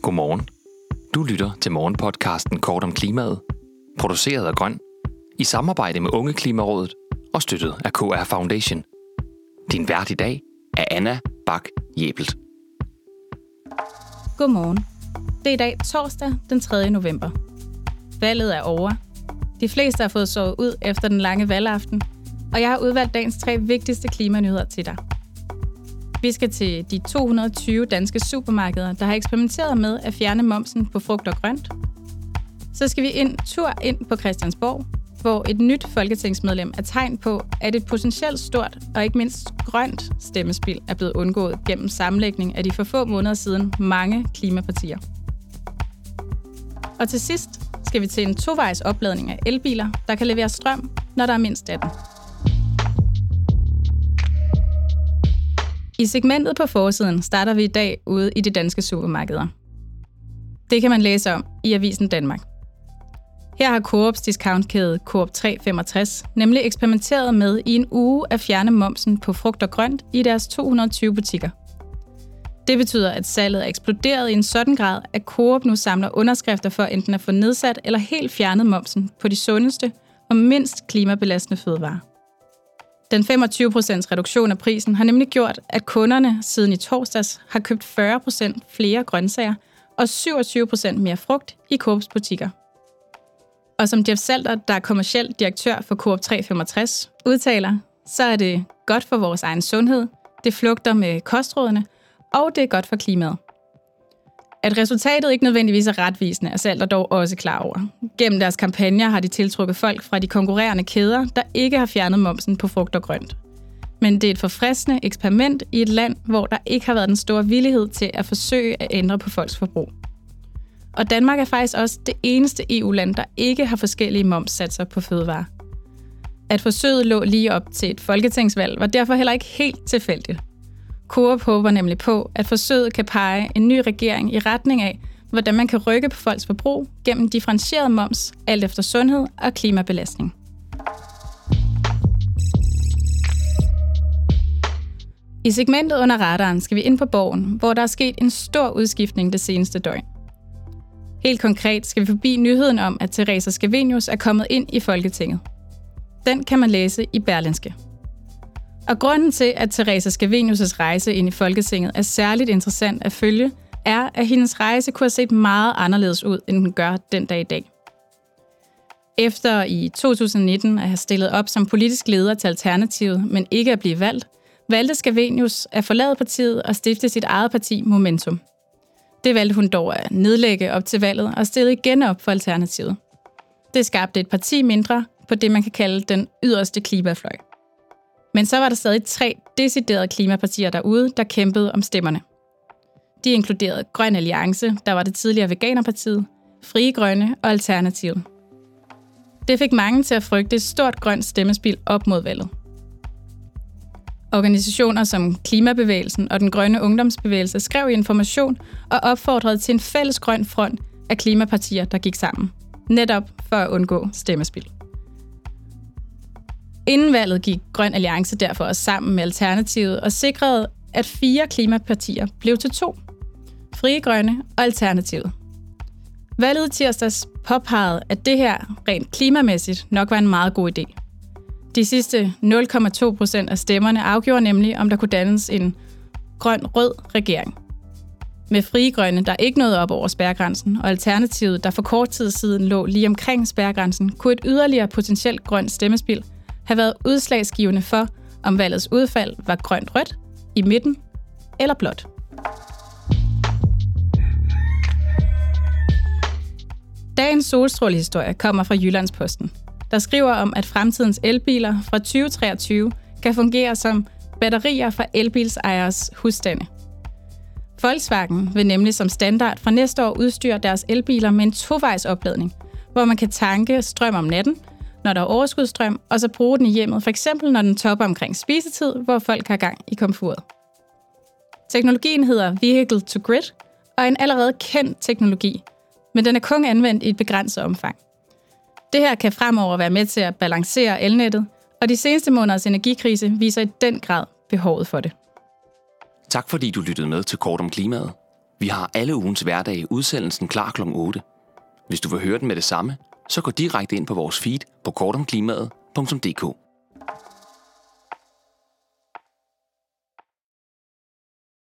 Godmorgen. Du lytter til morgenpodcasten Kort om klimaet, produceret af Grøn, i samarbejde med Unge Klimarådet og støttet af KR Foundation. Din vært i dag er Anna Bak Jebelt. Godmorgen. Det er i dag torsdag den 3. november. Valget er over. De fleste har fået sovet ud efter den lange valgaften, og jeg har udvalgt dagens 3 vigtigste klimanyheder til dig. Vi skal til de 220 danske supermarkeder, der har eksperimenteret med at fjerne momsen på frugt og grønt. Så skal vi en tur ind på Christiansborg, hvor et nyt folketingsmedlem er tegn på, at et potentielt stort og ikke mindst grønt stemmespild er blevet undgået gennem sammenlægning af de for få måneder siden mange klimapartier. Og til sidst skal vi til en tovejs opladning af elbiler, der kan levere strøm, når der er mindst af den. I segmentet på forsiden starter vi i dag ude i de danske supermarkeder. Det kan man læse om i Avisen Danmark. Her har Coops discountkæde Coop 365 nemlig eksperimenteret med i en uge at fjerne momsen på frugt og grønt i deres 220 butikker. Det betyder, at salget er eksploderet i en sådan grad, at Coop nu samler underskrifter for enten at få nedsat eller helt fjernet momsen på de sundeste og mindst klimabelastende fødevarer. Den 25% reduktion af prisen har nemlig gjort, at kunderne siden i torsdags har købt 40% flere grøntsager og 27% mere frugt i Coops butikker. Og som Jeff Salter, der er kommerciel direktør for Coop 365, udtaler, så er det godt for vores egen sundhed, det flugter med kostrådene, og det er godt for klimaet. At resultatet ikke nødvendigvis er retvisende, er Salter dog også klar over. Gennem deres kampagner har de tiltrukket folk fra de konkurrerende kæder, der ikke har fjernet momsen på frugt og grønt. Men det er et forfriskende eksperiment i et land, hvor der ikke har været den store villighed til at forsøge at ændre på folks forbrug. Og Danmark er faktisk også det eneste EU-land, der ikke har forskellige momssatser på fødevarer. At forsøget lå lige op til et folketingsvalg, var derfor heller ikke helt tilfældigt. Coop håber nemlig på, at forsøget kan pege en ny regering i retning af, hvordan man kan rykke på folks forbrug gennem differentieret moms, alt efter sundhed og klimabelastning. I segmentet under radaren skal vi ind på Borgen, hvor der er sket en stor udskiftning det seneste døgn. Helt konkret skal vi forbi nyheden om, at Theresa Scavenius er kommet ind i Folketinget. Den kan man læse i Berlingske. Og grunden til, at Theresa Scavenius' rejse ind i Folketinget er særligt interessant at følge, er, at hendes rejse kunne have set meget anderledes ud, end den gør den dag i dag. Efter i 2019 at have stillet op som politisk leder til Alternativet, men ikke at blive valgt, valgte Scavenius at forlade partiet og stifte sit eget parti Momentum. Det valgte hun dog at nedlægge op til valget og stille igen op for Alternativet. Det skabte et parti mindre på det, man kan kalde den yderste klimafløj. Men så var der stadig 3 deciderede klimapartier derude, der kæmpede om stemmerne. De inkluderede Grøn Alliance, der var det tidligere Veganerpartiet, Frie Grønne og Alternativet. Det fik mange til at frygte et stort grønt stemmespild op mod valget. Organisationer som Klimabevægelsen og den grønne ungdomsbevægelse skrev i Information og opfordrede til en fælles grøn front af klimapartier, der gik sammen. Netop for at undgå stemmespild. Inden valget gik Grøn Alliance derfor også sammen med Alternativet og sikrede, at 4 klimapartier blev til 2. Frie Grønne og Alternativet. Valget tirsdags påpegede, at det her rent klimamæssigt nok var en meget god idé. De sidste 0,2% af stemmerne afgjorde nemlig, om der kunne dannes en grøn-rød regering. Med Frie Grønne, der ikke nåede op over spærregrænsen, og Alternativet, der for kort tid siden lå lige omkring spærregrænsen, kunne et yderligere potentielt grønt stemmespild have været udslagsgivende for, om valgets udfald var grønt-rødt, i midten eller blåt. Dagens solstrålehistorie kommer fra Jyllandsposten, der skriver om, at fremtidens elbiler fra 2023 kan fungere som batterier for elbilsejeres husstande. Volkswagen vil nemlig som standard fra næste år udstyre deres elbiler med en tovejs opladning, hvor man kan tanke strøm om natten, når der er overskudsstrøm, og så bruge den i hjemmet, f.eks. når den topper omkring spisetid, hvor folk har gang i komfuret. Teknologien hedder Vehicle to Grid, og er en allerede kendt teknologi, men den er kun anvendt i et begrænset omfang. Det her kan fremover være med til at balancere elnettet, og de seneste måneders energikrise viser i den grad behovet for det. Tak fordi du lyttede med til Kort om klimaet. Vi har alle ugens hverdage udsendelsen klar kl. 8. Hvis du vil høre den med det samme, så gå direkte ind på vores feed på kortomklimaet.dk.